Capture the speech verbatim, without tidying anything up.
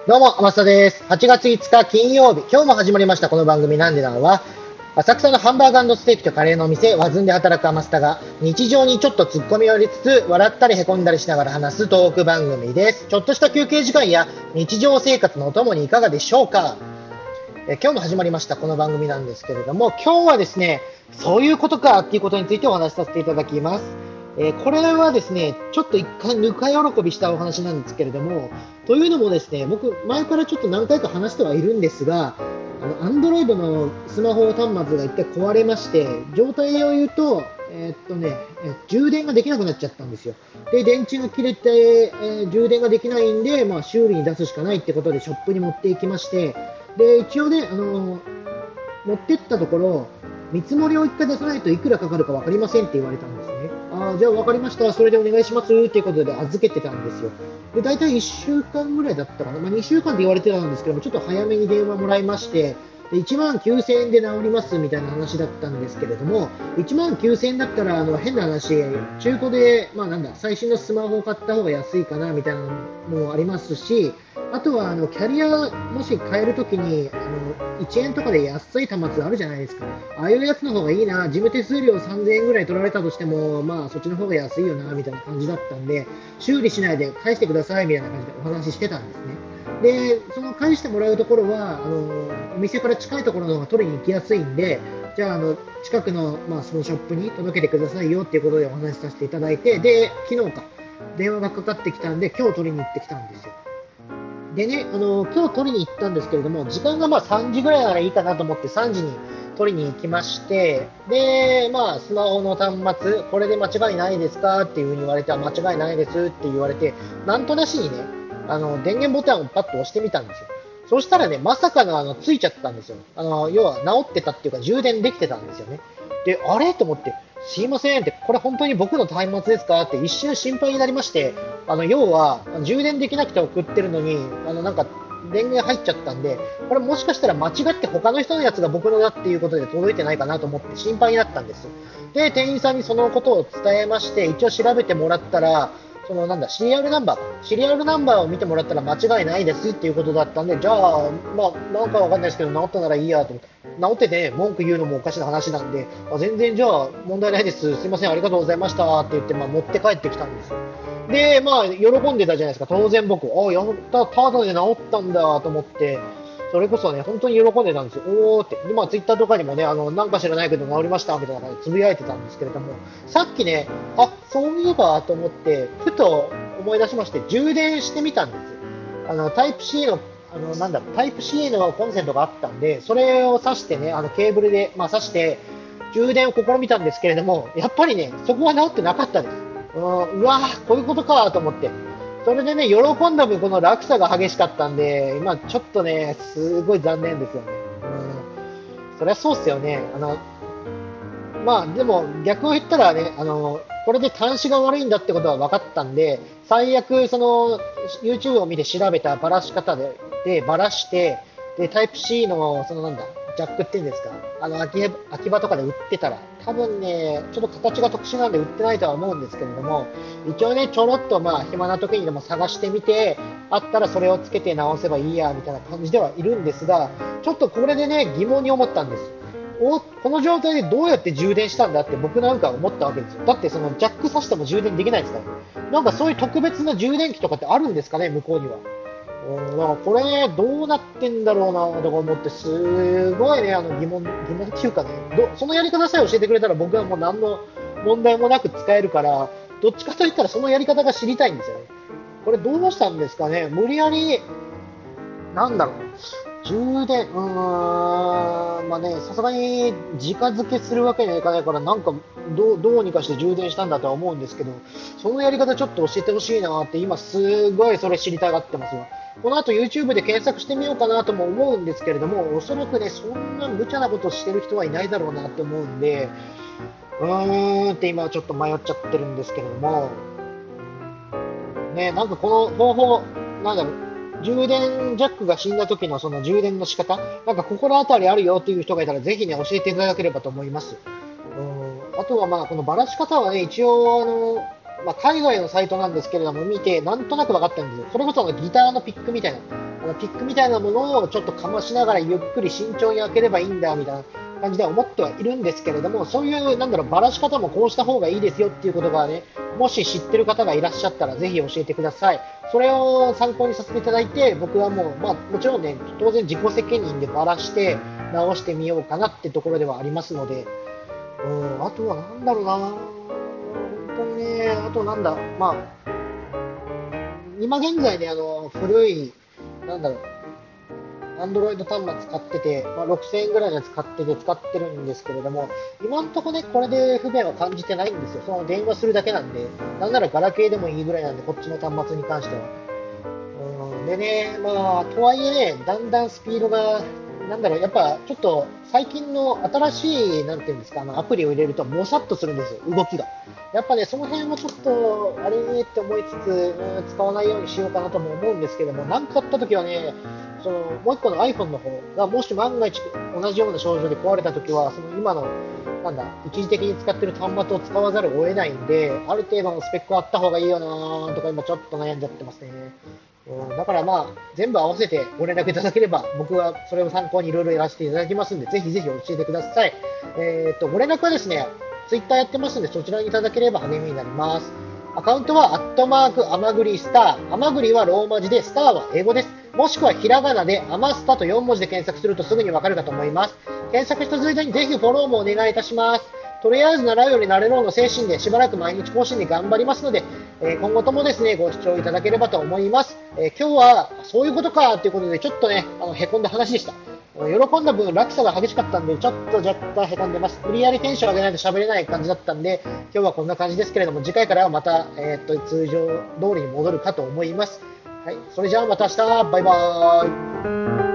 どうも、天下です。はちがついつか金曜日、今日も始まりましたこの番組なんでなんは、浅草のハンバーガー&ステーキとカレーのお店、ワズンで働く天下が、日常にちょっと突っ込みを入れつつ、笑ったり凹んだりしながら話すトーク番組です。ちょっとした休憩時間や日常生活のお供にいかがでしょうか。え今日も始まりましたこの番組なんですけれども、今日はですね、そういうことかっていうことについてお話しさせていただきます。えーこれはですね、ちょっと一回ぬか喜びしたお話なんですけれども、というのもですね、僕、前からちょっと何回か話してはいるんですが、あの、Android のスマホ端末が一回壊れまして、状態を言うと、えーっとね、え充電ができなくなっちゃったんですよ。で、電池が切れて、えー充電ができないんで、まあ、修理に出すしかないってことでショップに持っていきまして、で、一応ね、あのー持ってったところ、見積もりをいっかい出さないといくらかかるか分かりませんって言われたんですね。ああ、じゃあ分かりました、それでお願いしますっていうことで預けてたんですよ。で、大体いっしゅうかんぐらいだったかな、まあ、にしゅうかんって言われてたんですけども、ちょっと早めに電話もらいまして、でいちまんきゅうせんえんで治りますみたいな話だったんですけれども、いちまんきゅうせんえんだったら、あの変な話、中古で、まあ、なんだ、最新のスマホを買った方が安いかなみたいなのもありますし、あとはあのキャリア、もし変えるときにあのいちえんとかで安い端末あるじゃないですか。ああいうやつの方がいいな、事務手数料さんぜんえんぐらい取られたとしても、まあそっちの方が安いよなみたいな感じだったんで、修理しないで返してくださいみたいな感じでお話ししてたんですね。で、その返してもらうところは、あのお店から近いところの方が取りに行きやすいんで、じゃあ、あの近くの、まあ、そのショップに届けてくださいよっていうことでお話しさせていただいて、で、昨日か、電話がかかってきたんで、今日取りに行ってきたんですよ。でね、あの今日取りに行ったんですけれども、時間がまあさんじぐらいならいいかなと思ってさんじに取りに行きまして、で、まあ、スマホの端末、これで間違いないですかっていうふうに言われて、間違いないですって言われて、なんとなしにね、あの電源ボタンをパッと押してみたんですよ。そうしたらね、まさかのあのついちゃったんですよ。あの要は治ってたっていうか、充電できてたんですよね。で、あれと思って、すいませんって、これ本当に僕の端末ですかって一瞬心配になりまして、あの要は充電できなくて送ってるのに、あのなんか電源入っちゃったんで、これもしかしたら間違って他の人のやつが僕のだっていうことで届いてないかなと思って心配になったんです。で、店員さんにそのことを伝えまして、一応調べてもらったら、そのなんだ、シリアルナンバーか、シリアルナンバーを見てもらったら間違いないですっていうことだったんで、じゃあ、まあ、なんかわかんないですけど、治ったならいいやと思って、治ってて、文句言うのもおかしな話なんで、あ全然じゃあ問題ないです、すいません、ありがとうございましたって言って、まあ、持って帰ってきたんですよ。で、まあ、喜んでたじゃないですか、当然僕、あやった、ただで治ったんだと思って、それこそね、本当に喜んでたんですよ。おーって。で、まあ、ツイッターとかにもね、あの、なんか知らないけど治りましたみたいな感じでつぶやいてたんですけれども、さっきね、あ、そういえばと思って、ふと思い出しまして、充電してみたんです。あの、タイプ C の、あの、なんだろう、タイプ C のコンセントがあったんで、それを挿してね、あの、ケーブルで、まあ、挿して、充電を試みたんですけれども、やっぱりね、そこは治ってなかったです。うん、うわーこういうことかと思って。それでね、喜んだ分、この落差が激しかったんで、今ちょっとね、すごい残念ですよね。うん。そりゃそうっすよね。あの、まあ、でも逆を言ったらね、あの、これで端子が悪いんだってことは分かったんで、最悪、その、YouTube を見て調べたばらし方で、で、ばらして、で、タイプ C の、そのなんだ、ジャックっていうんですか、あの、空き空き場とかで売ってたら、多分ね、ちょっと形が特殊なんで売ってないとは思うんですけれども、一応ね、ちょろっとまあ、暇な時にでも探してみて、あったらそれをつけて直せばいいや、みたいな感じではいるんですが、ちょっとこれでね、疑問に思ったんです。おこの状態でどうやって充電したんだって僕なんか思ったわけですよ。だってそのジャック挿しても充電できないですからね。なんかそういう特別な充電器とかってあるんですかね、向こうには。うん、なんかこれどうなってんだろうなとか思って、すごいね、あの疑問、疑問っていうかね、どそのやり方さえ教えてくれたら僕はもう何の問題もなく使えるから、どっちかといったらそのやり方が知りたいんですよね。これどうしたんですかね、無理やり、なんだろう、充電、うーん、まあね、さすがに直付けするわけにはいかないから、なんかどう、どうにかして充電したんだとは思うんですけど、そのやり方ちょっと教えてほしいなって、今すごいそれ知りたがってますよ。この後 YouTube で検索してみようかなとも思うんですけれども、おそらくね、そんな無茶なことしてる人はいないだろうなって思うんで、うーんって今ちょっと迷っちゃってるんですけれども、ね、なんかこの方法、なんだろう、充電ジャックが死んだ時のその充電の仕方、なんか心当たりあるよっていう人がいたらぜひね、教えていただければと思います。うんあとはまあ、このばらし方はね、一応あの、まあ、海外のサイトなんですけれども、見て、なんとなく分かったんですよ。それこそあのギターのピックみたいな。 あのピックみたいなものをちょっとかましながらゆっくり慎重に開ければいいんだみたいな感じで思ってはいるんですけれども、そういうなんだろう、ばらし方もこうした方がいいですよっていうことがね、もし知ってる方がいらっしゃったらぜひ教えてください。それを参考にさせていただいて、僕はもう、まあ、もちろんね、当然自己責任でばらして直してみようかなってところではありますので、うん、あとはなんだろうな、本当にね、あとなんだ、まあ、今現在ね、あの古い、なんだろう、アンドロイド端末使ってて、まあ、ろくせんえんぐらいのやつ買ってて使ってるんですけれども、今のところね、これで不便は感じてないんですよ。その電話するだけなんで、なんならガラケーでもいいぐらいなんで、こっちの端末に関しては。うん、でね、まあ、とはいえね、だんだんスピードが、なんだろう、やっぱちょっと最近の新しい、なんていうんですか、あのアプリを入れると、もさっとするんですよ、動きが。やっぱね、その辺もちょっと、あれねって思いつつ、うん、使わないようにしようかなとも思うんですけども、なんかあった時はね、そのもう一個の iPhone の方が、もし万が一同じような症状で壊れた時は、その今の、なんだ、一時的に使ってる端末を使わざるを得ないんで、ある程度のスペックはあった方がいいよなーとか、今ちょっと悩んじゃってますね。うん、だからまあ、全部合わせてご連絡いただければ、僕はそれを参考にいろいろやらせていただきますんで、ぜひぜひ教えてください。えー、っと、ご連絡はですね、ツイッターやってますんで、そちらにいただければ励みになります。アカウントは、アットマーク、アマグリスター。アマグリはローマ字で、スターは英語です。もしくはひらがなで、アマスタとよん文字で検索するとすぐにわかるかと思います。検索したついでにぜひフォローもお願いいたします。とりあえず習うようになれろの精神でしばらく毎日更新で頑張りますので、えー今後ともですね、ご視聴いただければと思います。えー今日はそういうことかということで、ちょっとね、あの、へこんだ話でした。喜んだ分、落差が激しかったんで、ちょっと若干へこんでます。無理やりテンション上げないと喋れない感じだったんで、今日はこんな感じですけれども、次回からはまた、えーっと、通常通りに戻るかと思います。はい。それじゃあまた明日、バイバーイ。